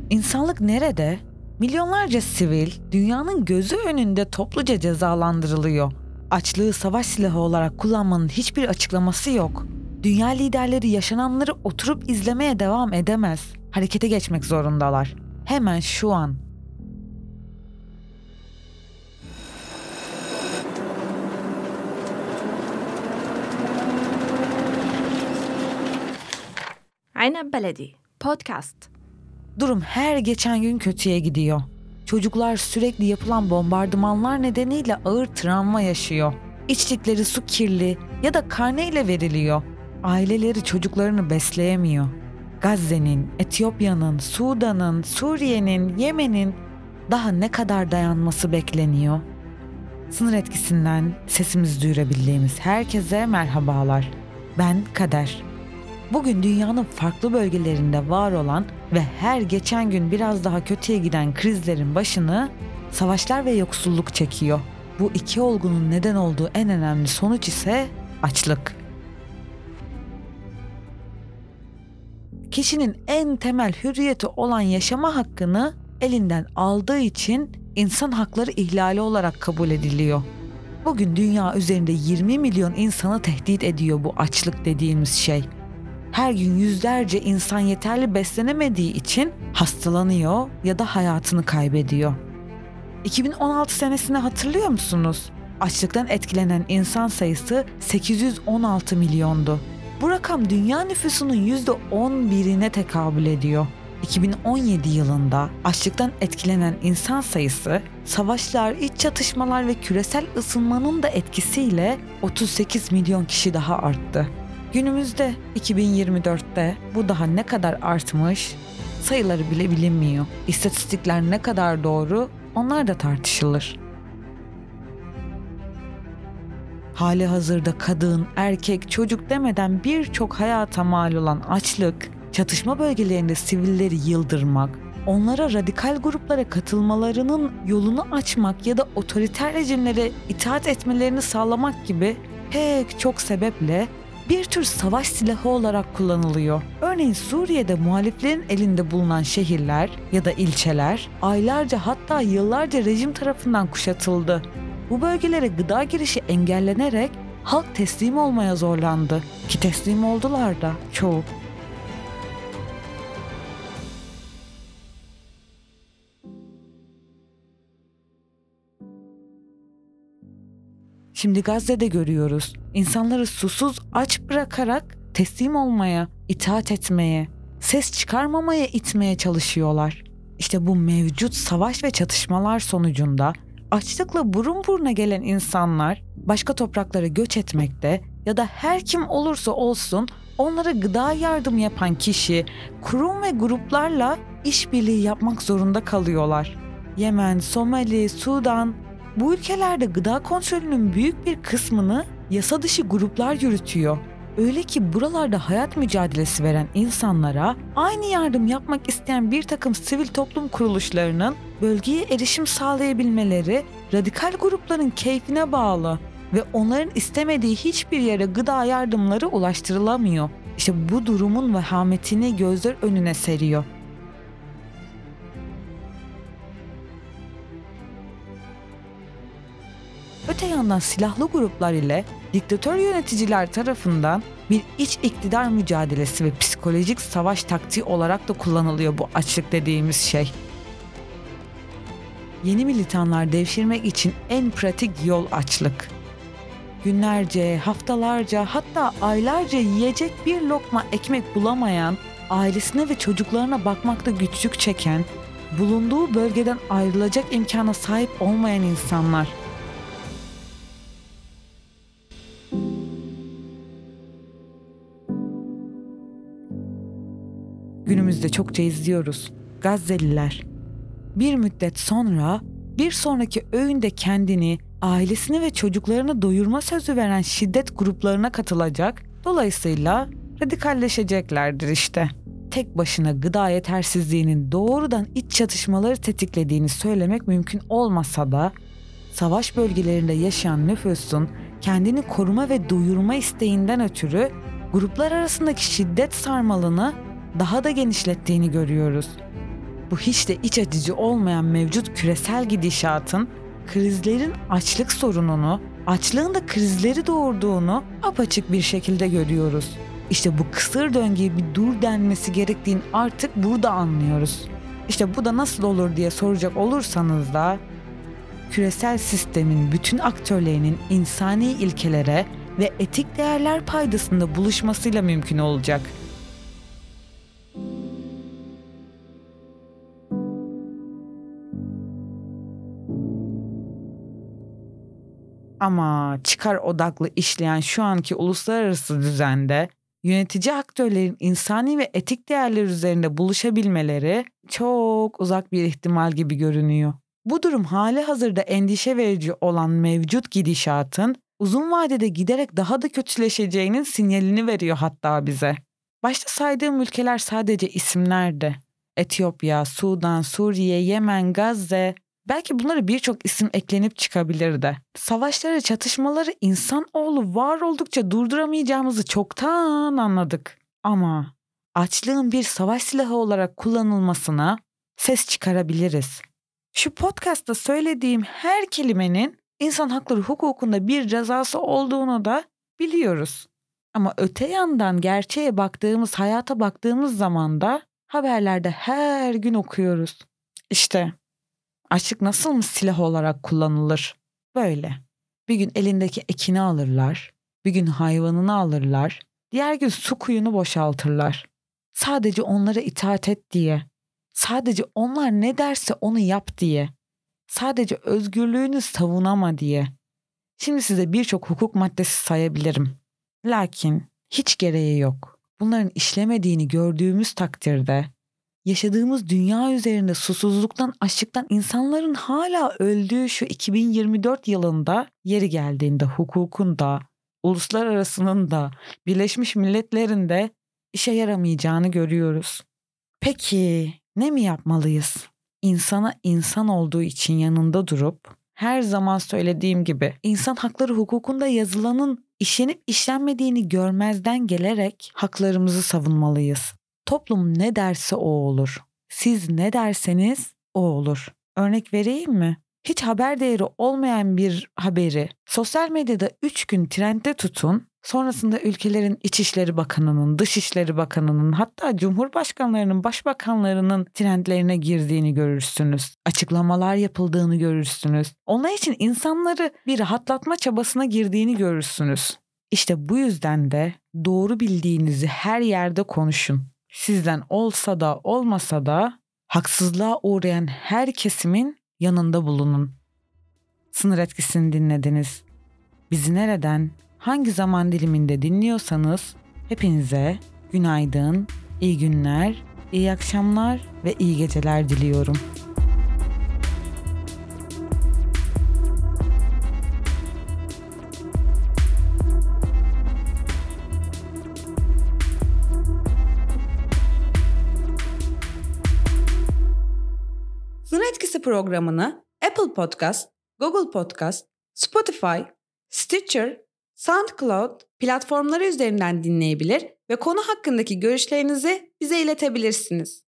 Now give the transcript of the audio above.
İnsanlık nerede? Milyonlarca sivil dünyanın gözü önünde topluca cezalandırılıyor. Açlığı savaş silahı olarak kullanmanın hiçbir açıklaması yok. Dünya liderleri yaşananları oturup izlemeye devam edemez. Harekete geçmek zorundalar. Hemen şu an. Aynab Beledi Podcast. Durum her geçen gün kötüye gidiyor. Çocuklar sürekli yapılan bombardımanlar nedeniyle ağır travma yaşıyor. İçtikleri su kirli ya da karneyle veriliyor. Aileleri çocuklarını besleyemiyor. Gazze'nin, Etiyopya'nın, Sudan'ın, Suriye'nin, Yemen'in daha ne kadar dayanması bekleniyor? Sınır etkisinden sesimizi duyurabildiğimiz herkese merhabalar. Ben Kader. Bugün dünyanın farklı bölgelerinde var olan ve her geçen gün biraz daha kötüye giden krizlerin başını savaşlar ve yoksulluk çekiyor. Bu iki olgunun neden olduğu en önemli sonuç ise açlık. Kişinin en temel hürriyeti olan yaşama hakkını elinden aldığı için insan hakları ihlali olarak kabul ediliyor. Bugün dünya üzerinde 20 milyon insanı tehdit ediyor bu açlık dediğimiz şey. Her gün yüzlerce insan yeterli beslenemediği için hastalanıyor ya da hayatını kaybediyor. 2016 senesini hatırlıyor musunuz? Açlıktan etkilenen insan sayısı 816 milyondu. Bu rakam dünya nüfusunun %11'ine tekabül ediyor. 2017 yılında açlıktan etkilenen insan sayısı, savaşlar, iç çatışmalar ve küresel ısınmanın da etkisiyle 38 milyon kişi daha arttı. Günümüzde 2024'te bu daha ne kadar artmış, sayıları bile bilinmiyor. İstatistikler ne kadar doğru, onlar da tartışılır. Hali hazırda kadın, erkek, çocuk demeden birçok hayata mal olan açlık, çatışma bölgelerinde sivilleri yıldırmak, onlara radikal gruplara katılmalarının yolunu açmak ya da otoriter rejimlere itaat etmelerini sağlamak gibi pek çok sebeple bir tür savaş silahı olarak kullanılıyor. Örneğin Suriye'de muhaliflerin elinde bulunan şehirler ya da ilçeler aylarca hatta yıllarca rejim tarafından kuşatıldı. Bu bölgelere gıda girişi engellenerek halk teslim olmaya zorlandı ki teslim oldular da çoğu. Şimdi Gazze'de görüyoruz. İnsanları susuz, aç bırakarak teslim olmaya, itaat etmeye, ses çıkarmamaya itmeye çalışıyorlar. İşte bu mevcut savaş ve çatışmalar sonucunda açlıkla burun buruna gelen insanlar başka topraklara göç etmekte ya da her kim olursa olsun onlara gıda yardım yapan kişi, kurum ve gruplarla işbirliği yapmak zorunda kalıyorlar. Yemen, Somali, Sudan, bu ülkelerde gıda kontrolünün büyük bir kısmını yasa dışı gruplar yürütüyor. Öyle ki buralarda hayat mücadelesi veren insanlara aynı yardım yapmak isteyen bir takım sivil toplum kuruluşlarının bölgeye erişim sağlayabilmeleri radikal grupların keyfine bağlı ve onların istemediği hiçbir yere gıda yardımları ulaştırılamıyor. İşte bu durumun vehametini gözler önüne seriyor. Öte yandan silahlı gruplar ile diktatör yöneticiler tarafından bir iç iktidar mücadelesi ve psikolojik savaş taktiği olarak da kullanılıyor bu açlık dediğimiz şey. Yeni militanlar devşirmek için en pratik yol açlık. Günlerce, haftalarca hatta aylarca yiyecek bir lokma ekmek bulamayan, ailesine ve çocuklarına bakmakta güçlük çeken, bulunduğu bölgeden ayrılacak imkana sahip olmayan insanlar. Günümüzde çokça izliyoruz. Gazze'liler. Bir müddet sonra bir sonraki öğünde kendini, ailesini ve çocuklarını doyurma sözü veren şiddet gruplarına katılacak, dolayısıyla radikalleşeceklerdir işte. Tek başına gıda yetersizliğinin doğrudan iç çatışmaları tetiklediğini söylemek mümkün olmasa da, savaş bölgelerinde yaşayan nüfusun kendini koruma ve doyurma isteğinden ötürü gruplar arasındaki şiddet sarmalını daha da genişlettiğini görüyoruz. Bu hiç de iç açıcı olmayan mevcut küresel gidişatın krizlerin açlık sorununu, açlığın da krizleri doğurduğunu apaçık bir şekilde görüyoruz. İşte bu kısır döngüye bir dur denmesi gerektiğini artık burada anlıyoruz. İşte bu da nasıl olur diye soracak olursanız da küresel sistemin bütün aktörlerinin insani ilkelere ve etik değerler paydasında buluşmasıyla mümkün olacak. Ama çıkar odaklı işleyen şu anki uluslararası düzende yönetici aktörlerin insani ve etik değerler üzerinde buluşabilmeleri çok uzak bir ihtimal gibi görünüyor. Bu durum hali hazırda endişe verici olan mevcut gidişatın uzun vadede giderek daha da kötüleşeceğinin sinyalini veriyor hatta bize. Başta saydığım ülkeler sadece isimlerdi. Etiyopya, Sudan, Suriye, Yemen, Gazze. Belki bunlara birçok isim eklenip çıkabilirdi. Savaşları, çatışmaları insanoğlu var oldukça durduramayacağımızı çoktan anladık. Ama açlığın bir savaş silahı olarak kullanılmasına ses çıkarabiliriz. Şu podcast'ta söylediğim her kelimenin insan hakları hukukunda bir cezası olduğunu da biliyoruz. Ama öte yandan gerçeğe baktığımız, hayata baktığımız zaman da haberlerde her gün okuyoruz. İşte açlık nasıl mı silah olarak kullanılır? Böyle. Bir gün elindeki ekini alırlar, bir gün hayvanını alırlar, diğer gün su kuyunu boşaltırlar. Sadece onlara itaat et diye. Sadece onlar ne derse onu yap diye. Sadece özgürlüğünü savunama diye. Şimdi size birçok hukuk maddesi sayabilirim. Lakin hiç gereği yok. Bunların işlemediğini gördüğümüz takdirde yaşadığımız dünya üzerinde susuzluktan, açlıktan insanların hala öldüğü şu 2024 yılında yeri geldiğinde hukukun da, uluslararasının da, Birleşmiş Milletler'in de işe yaramayacağını görüyoruz. Peki ne mi yapmalıyız? İnsana insan olduğu için yanında durup her zaman söylediğim gibi insan hakları hukukunda yazılanın işlenip işlenmediğini görmezden gelerek haklarımızı savunmalıyız. Toplum ne derse o olur. Siz ne derseniz o olur. Örnek vereyim mi? Hiç haber değeri olmayan bir haberi sosyal medyada 3 gün trendde tutun. Sonrasında ülkelerin İçişleri Bakanı'nın, Dışişleri Bakanı'nın hatta Cumhurbaşkanlarının, başbakanlarının trendlerine girdiğini görürsünüz. Açıklamalar yapıldığını görürsünüz. Onlar için insanları bir rahatlatma çabasına girdiğini görürsünüz. İşte bu yüzden de doğru bildiğinizi her yerde konuşun. Sizden olsa da olmasa da haksızlığa uğrayan her kesimin yanında bulunun. Sınır Etkisi'ni dinlediniz. Bizi nereden, hangi zaman diliminde dinliyorsanız hepinize günaydın, iyi günler, iyi akşamlar ve iyi geceler diliyorum. Sınır Etkisi programını Apple Podcast, Google Podcast, Spotify, Stitcher, SoundCloud platformları üzerinden dinleyebilir ve konu hakkındaki görüşlerinizi bize iletebilirsiniz.